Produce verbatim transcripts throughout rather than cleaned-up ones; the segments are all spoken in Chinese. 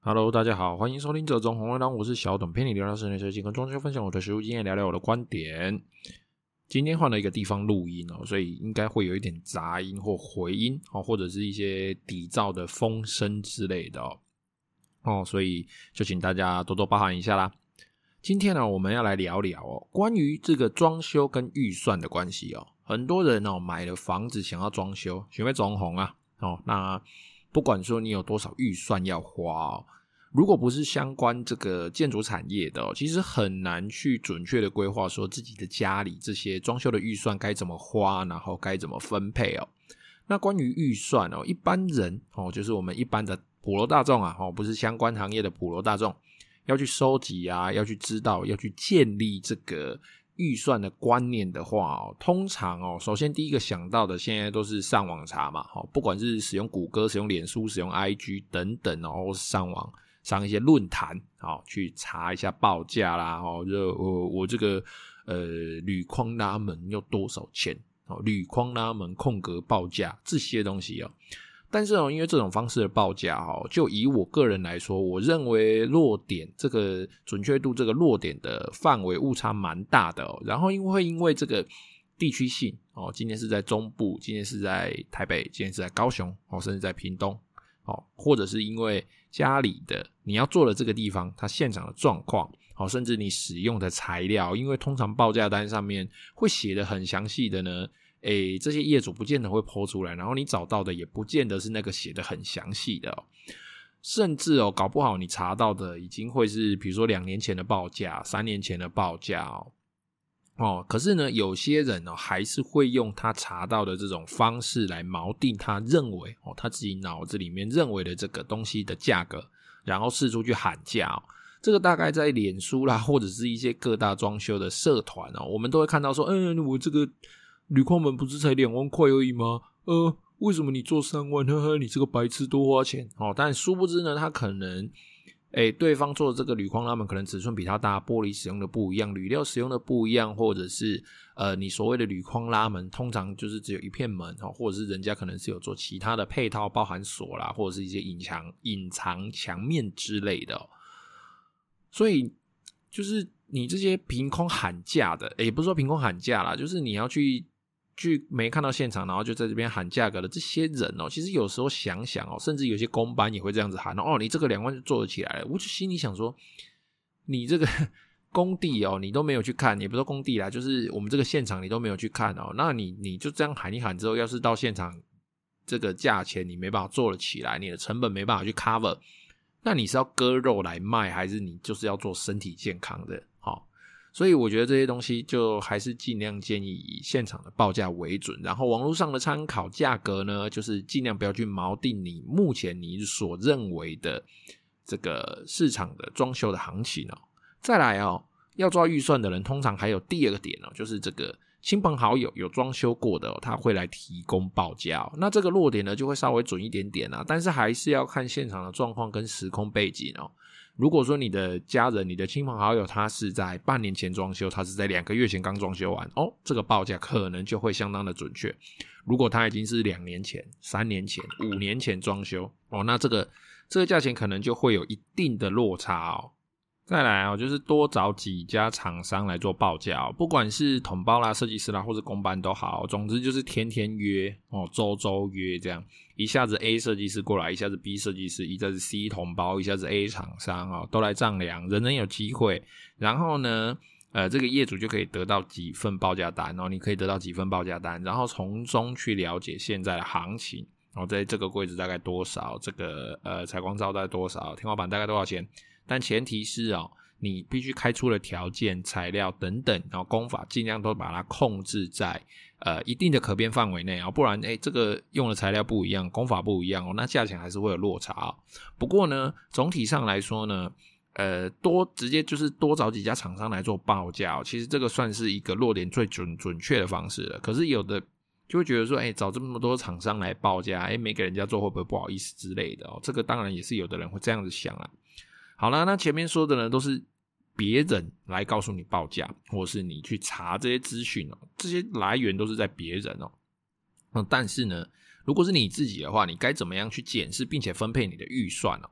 Hello， 大家好，欢迎收听这种红卫狼，我是小董，陪你聊聊室内设计跟装修，分享我的实务经验，聊聊我的观点。今天换了一个地方录音哦，所以应该会有一点杂音或回音哦，或者是一些底噪的风声之类的哦。哦，所以就请大家多多包涵一下啦。今天呢，我们要来聊聊哦，关于这个装修跟预算的关系哦。很多人哦买了房子想要装修，想要装潢啊哦，那不管说你有多少预算要花哦，如果不是相关这个建筑产业的哦，其实很难去准确的规划说自己的家里这些装修的预算该怎么花，然后该怎么分配哦。那关于预算哦，一般人哦，就是我们一般的普罗大众啊，哦，不是相关行业的普罗大众，要去收集啊，要去知道，要去建立这个预算的观念的话哦，通常哦，首先第一个想到的现在都是上网查嘛，哦，不管是使用谷歌、使用脸书、使用 I G 等等哦，或是上网上一些论坛哦，去查一下报价啦，哦，就我我这个呃铝框拉门要多少钱？哦，铝框拉门空格报价这些东西哦。但是哦，因为这种方式的报价哦，就以我个人来说，我认为落点这个准确度，这个落点的范围误差蛮大的哦。然后因为会因为这个地区性哦，今天是在中部，今天是在台北，今天是在高雄哦，甚至在屏东哦，或者是因为家里的你要做的这个地方，它现场的状况哦，甚至你使用的材料，因为通常报价单上面会写的很详细的呢。诶，这些业主不见得会 po 出来，然后你找到的也不见得是那个写的很详细的哦，甚至哦，搞不好你查到的已经会是比如说两年前的报价、三年前的报价哦。哦，可是呢，有些人哦还是会用他查到的这种方式来锚定他认为哦他自己脑子里面认为的这个东西的价格，然后四处去喊价哦。这个大概在脸书啦，或者是一些各大装修的社团哦，我们都会看到说，嗯，我这个铝框门不是才两万块而已吗？呃，为什么你做三万？呵呵，你这个白痴多花钱哦！但殊不知呢，他可能，诶，对方做的这个铝框拉门可能尺寸比他大，玻璃使用的不一样，铝料使用的不一样，或者是呃，你所谓的铝框拉门通常就是只有一片门哦，或者是人家可能是有做其他的配套，包含锁啦，或者是一些隐藏隐藏墙面之类的哦。所以就是你这些凭空喊价的，也不是说凭空喊价啦，就是你要去。去没看到现场，然后就在这边喊价格的这些人哦，其实有时候想想哦，甚至有些工班也会这样子喊哦，你这个两万就做得起来了。我就心里想说，你这个工地哦，你都没有去看，也不是说工地啦，就是我们这个现场你都没有去看哦，那你你就这样喊一喊之后，要是到现场这个价钱你没办法做得起来，你的成本没办法去 cover， 那你是要割肉来卖，还是你就是要做身体健康的？好、哦。所以我觉得这些东西就还是尽量建议以现场的报价为准，然后网络上的参考价格呢，就是尽量不要去锚定你目前你所认为的这个市场的装修的行情哦。再来哦，要抓预算的人通常还有第二个点哦，就是这个亲朋好友有装修过的哦，他会来提供报价哦。那这个落点呢就会稍微准一点点啊，但是还是要看现场的状况跟时空背景哦。如果说你的家人、你的亲朋好友他是在半年前装修，他是在两个月前刚装修完哦，这个报价可能就会相当的准确。如果他已经是两年前、三年前、五年前装修哦，那这个这个价钱可能就会有一定的落差哦。再来哦，就是多找几家厂商来做报价哦，不管是统包啦、设计师啦，或是工班都好，总之就是天天约哦，周周约这样，一下子 A 设计师过来，一下子 B 设计师，一下子 C 统包，一下子 A 厂商哦，都来丈量，人人有机会。然后呢，呃，这个业主就可以得到几份报价单哦，你可以得到几份报价单，然后从中去了解现在的行情哦，在这个柜子大概多少，这个呃采光罩大概多少，天花板大概多少钱。但前提是哦，你必须开出的条件、材料等等，然后工法尽量都把它控制在呃一定的可变范围内啊、哦，不然诶这个用的材料不一样，工法不一样哦，那价钱还是会有落差哦。不过呢，总体上来说呢，呃，多直接就是多找几家厂商来做报价哦，其实这个算是一个落点最准准确的方式了。可是有的就会觉得说，诶找这么多厂商来报价，诶没给人家做会不会不好意思之类的哦，这个当然也是有的人会这样子想啦。好啦，那前面说的呢都是别人来告诉你报价，或是你去查这些资讯哦，这些来源都是在别人哦。嗯，但是呢，如果是你自己的话，你该怎么样去检视并且分配你的预算哦？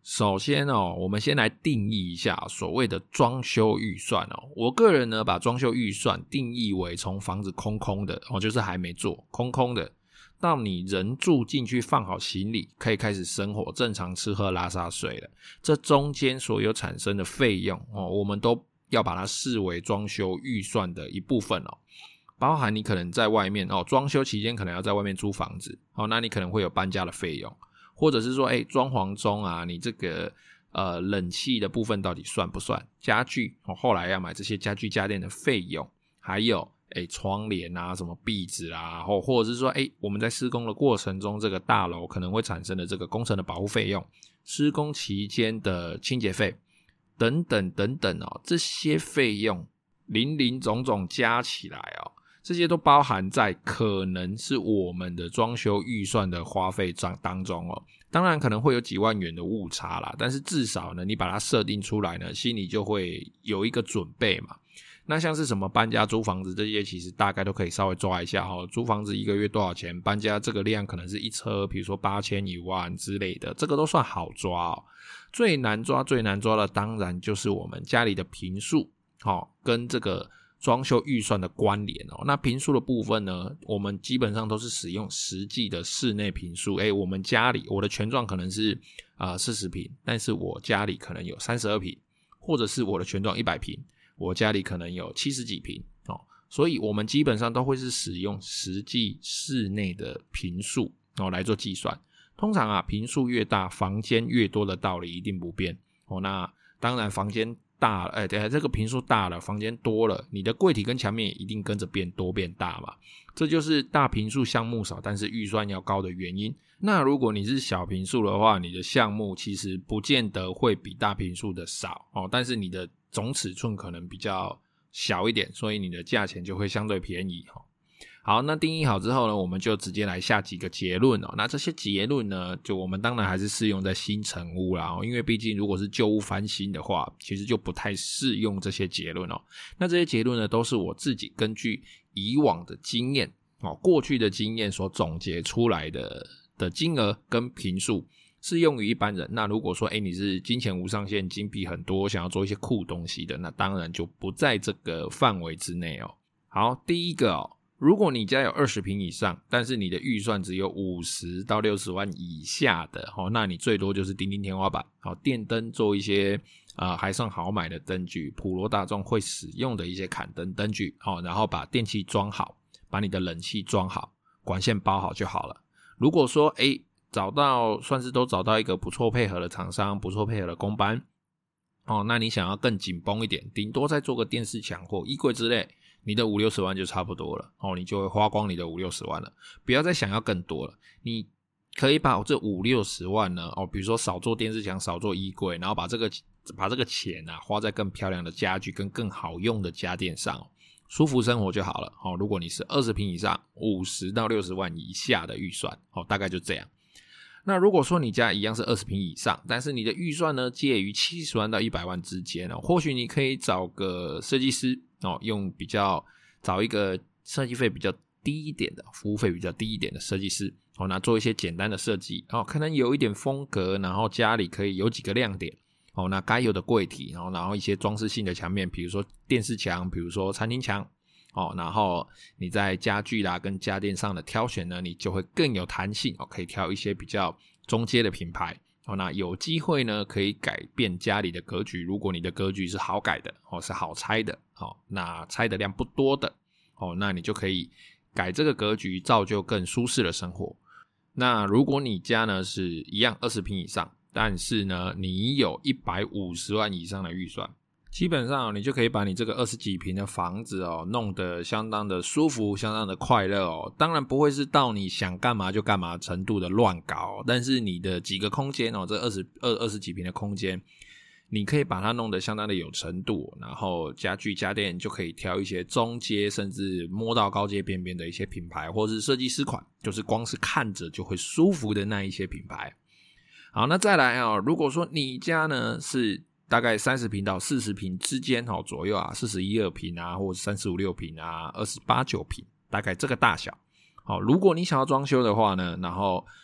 首先哦，我们先来定义一下所谓的装修预算哦。我个人呢，把装修预算定义为从房子空空的哦，就是还没做，空空的，到你人住进去放好行李，可以开始生活，正常吃喝拉撒睡了。这中间所有产生的费用哦，我们都要把它视为装修预算的一部分哦。包含你可能在外面哦，装修期间可能要在外面租房子哦，那你可能会有搬家的费用，或者是说，哎，装潢中啊，你这个呃冷气的部分到底算不算？家具哦，后来要买这些家具家电的费用，还有哎窗帘啊，什么壁纸啊，或或者是说，哎，我们在施工的过程中，这个大楼可能会产生的这个工程的保护费用，施工期间的清洁费等等等等哦，这些费用林林总总加起来哦。这些都包含在可能是我们的装修预算的花费当中哦。当然可能会有几万元的误差啦，但是至少呢，你把它设定出来呢，心里就会有一个准备嘛。那像是什么搬家、租房子这些，其实大概都可以稍微抓一下齁。租房子一个月多少钱？搬家这个量可能是一车，比如说八千、一万之类的，这个都算好抓哦。最难抓、最难抓的，当然就是我们家里的坪数，齁，跟这个装修预算的关联哦。那坪数的部分呢，我们基本上都是使用实际的室内坪数。诶，我们家里我的权状可能是呃四十坪，但是我家里可能有三十二坪，或者是我的权状一百坪，我家里可能有七十几坪哦。所以我们基本上都会是使用实际室内的坪数哦来做计算。通常啊，坪数越大，房间越多的道理一定不变哦。那当然房间大了，哎，对，这个坪数大了，房间多了，你的柜体跟墙面也一定跟着变多变大嘛。这就是大坪数项目少，但是预算要高的原因。那如果你是小坪数的话，你的项目其实不见得会比大坪数的少哦，但是你的总尺寸可能比较小一点，所以你的价钱就会相对便宜哦。好，那定义好之后呢，我们就直接来下几个结论哦。那这些结论呢，就我们当然还是适用在新成屋啦，因为毕竟如果是旧屋翻新的话，其实就不太适用这些结论哦。那这些结论呢，都是我自己根据以往的经验哦，过去的经验所总结出来的的金额跟坪数，适用于一般人。那如果说，诶你是金钱无上限、金币很多，想要做一些酷东西的，那当然就不在这个范围之内哦。好，第一个哦。如果你家有二十坪以上，但是你的预算只有五十到六十万以下的，哦，那你最多就是钉钉天花板，好，电灯做一些呃还算好买的灯具，普罗大众会使用的一些砍灯灯具，哦，然后把电器装好，把你的冷气装好，管线包好就好了。如果说诶找到算是都找到一个不错配合的厂商，不错配合的工班，哦，那你想要更紧绷一点，顶多再做个电视墙或衣柜之类，你的五六十万就差不多了哦，你就会花光你的五六十万了，不要再想要更多了。你可以把这五六十万呢，哦，比如说少做电视墙，少做衣柜，然后把这个把这个钱啊花在更漂亮的家具跟更好用的家电上，哦，舒服生活就好了哦。如果你是二十坪以上，五十到六十万以下的预算，哦，大概就这样。那如果说你家一样是二十坪以上，但是你的预算呢介于七十万到一百万之间哦，或许你可以找个设计师哦，用比较找一个设计费比较低一点的，服务费比较低一点的设计师哦，那做一些简单的设计哦，可能有一点风格，然后家里可以有几个亮点哦，那该有的柜体，然后然后一些装饰性的墙面，比如说电视墙，比如说餐厅墙哦，然后你在家具啦跟家电上的挑选呢，你就会更有弹性哦，可以挑一些比较中阶的品牌哦，那有机会呢可以改变家里的格局。如果你的格局是好改的哦，是好拆的哦，那拆的量不多的哦，那你就可以改这个格局，造就更舒适的生活。那如果你家呢是一样二十坪以上，但是呢你有一百五十万以上的预算，基本上，哦，你就可以把你这个二十几坪的房子哦弄得相当的舒服，相当的快乐哦。当然不会是到你想干嘛就干嘛程度的乱搞，哦，但是你的几个空间哦，这二十二二十几坪的空间，你可以把它弄得相当的有程度，然后家具家电就可以挑一些中阶甚至摸到高阶边边的一些品牌，或是设计师款，就是光是看着就会舒服的那一些品牌。好，那再来哦，如果说你家呢是大概三十坪到四十坪之间哦左右啊，四十一二坪啊，或者三十五六坪啊，二十八九坪，大概这个大小。好，如果你想要装修的话呢，然后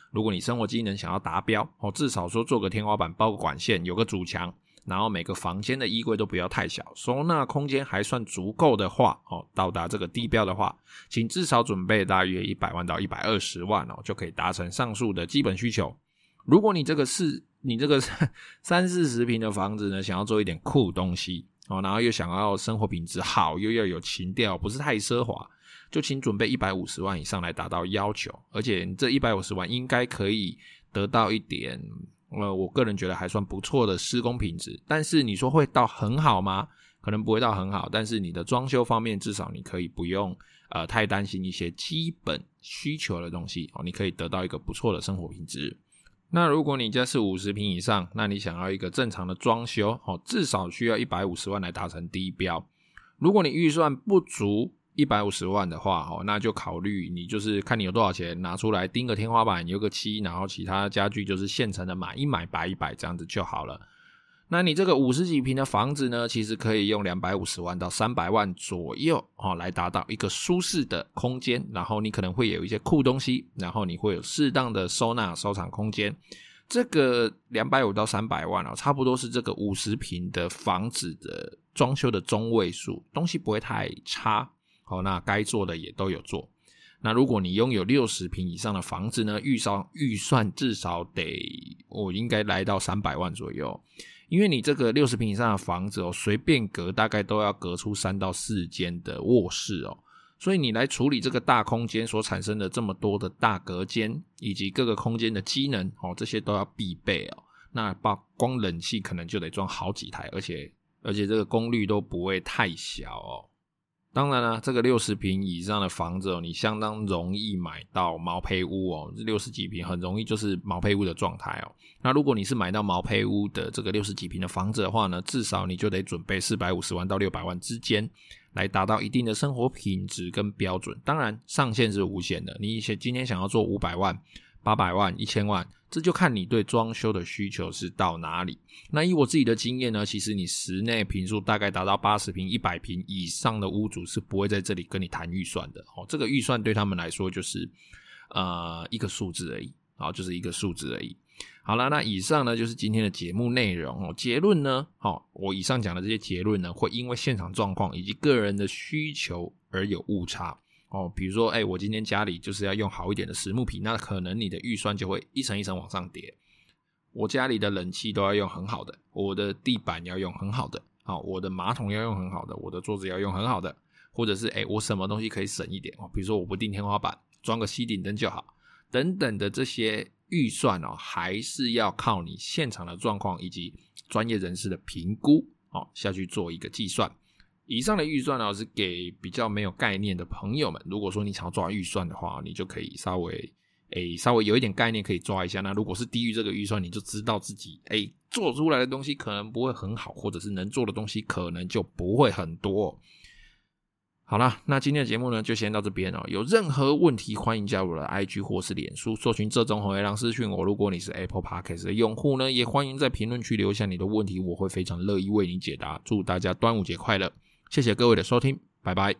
如果你生活机能想要达标，哦，至少说做个天花板，包个管线，有个主墙，然后每个房间的衣柜都不要太小，收纳空间还算足够的话，哦，到达这个低标的话，请至少准备大约一百万到一百二十万哦，就可以达成上述的基本需求。如果你这个是你这个三四十坪的房子呢，想要做一点酷东西哦，然后又想要生活品质好，又要有情调，不是太奢华，就请准备一百五十万以上来达到要求。而且这一百五十万应该可以得到一点呃，我个人觉得还算不错的施工品质。但是你说会到很好吗？可能不会到很好，但是你的装修方面至少你可以不用呃太担心一些基本需求的东西哦，你可以得到一个不错的生活品质。那如果你家是五十坪以上，那你想要一个正常的装修，至少需要一百五十万来达成低标。如果你预算不足一百五十万的话，那就考虑你就是看你有多少钱，拿出来钉个天花板，有个漆，然后其他家具就是现成的买一买摆一摆，这样子就好了。那你这个五十几坪的房子呢，其实可以用两百五十万到三百万左右来达到一个舒适的空间，然后你可能会有一些酷东西，然后你会有适当的收纳收藏空间。这个两百五十到三百万差不多是这个五十坪的房子的装修的中位数，东西不会太差，那该做的也都有做。那如果你拥有六十坪以上的房子呢，预算预算至少得我、哦、应该来到三百万左右。因为你这个六十坪以上的房子哦，随便隔大概都要隔出三到四间的卧室哦，所以你来处理这个大空间所产生的这么多的大隔间，以及各个空间的机能哦，这些都要必备哦。那光冷气可能就得装好几台，而且而且这个功率都不会太小哦。当然啦，这个六十坪以上的房子哦，你相当容易买到毛坯屋哦，六十几坪很容易就是毛坯屋的状态哦。那如果你是买到毛坯屋的这个六十几坪的房子的话呢，至少你就得准备四百五十万到六百万之间，来达到一定的生活品质跟标准。当然上限是无限的，你今天想要做五百万、八百万、一千万，这就看你对装修的需求是到哪里。那以我自己的经验呢，其实你室内坪数大概达到八十坪、一百坪以上的屋主是不会在这里跟你谈预算的哦。这个预算对他们来说就是呃一个数字而已，好，就是一个数字而已。好了，那以上呢就是今天的节目内容哦。结论呢，哦，我以上讲的这些结论呢，会因为现场状况以及个人的需求而有误差哦。比如说，哎，我今天家里就是要用好一点的实木皮，那可能你的预算就会一层一层往上叠。我家里的冷气都要用很好的，我的地板要用很好的，好，我的马桶要用很好的，我的桌子要用很好的，或者是哎，我什么东西可以省一点哦？比如说我不钉天花板，装个吸顶灯就好，等等的这些预算哦，还是要靠你现场的状况以及专业人士的评估哦下去做一个计算。以上的预算呢是给比较没有概念的朋友们，如果说你想要抓预算的话，你就可以稍微诶稍微有一点概念可以抓一下。那如果是低于这个预算，你就知道自己诶做出来的东西可能不会很好，或者是能做的东西可能就不会很多。好啦，那今天的节目呢就先到这边哦。有任何问题欢迎加入我的 I G 或是脸书，搜寻这种红黑狼私讯我。如果你是 Apple Podcast 的用户呢，也欢迎在评论区留下你的问题，我会非常乐意为你解答。祝大家端午节快乐，谢谢各位的收听，拜拜。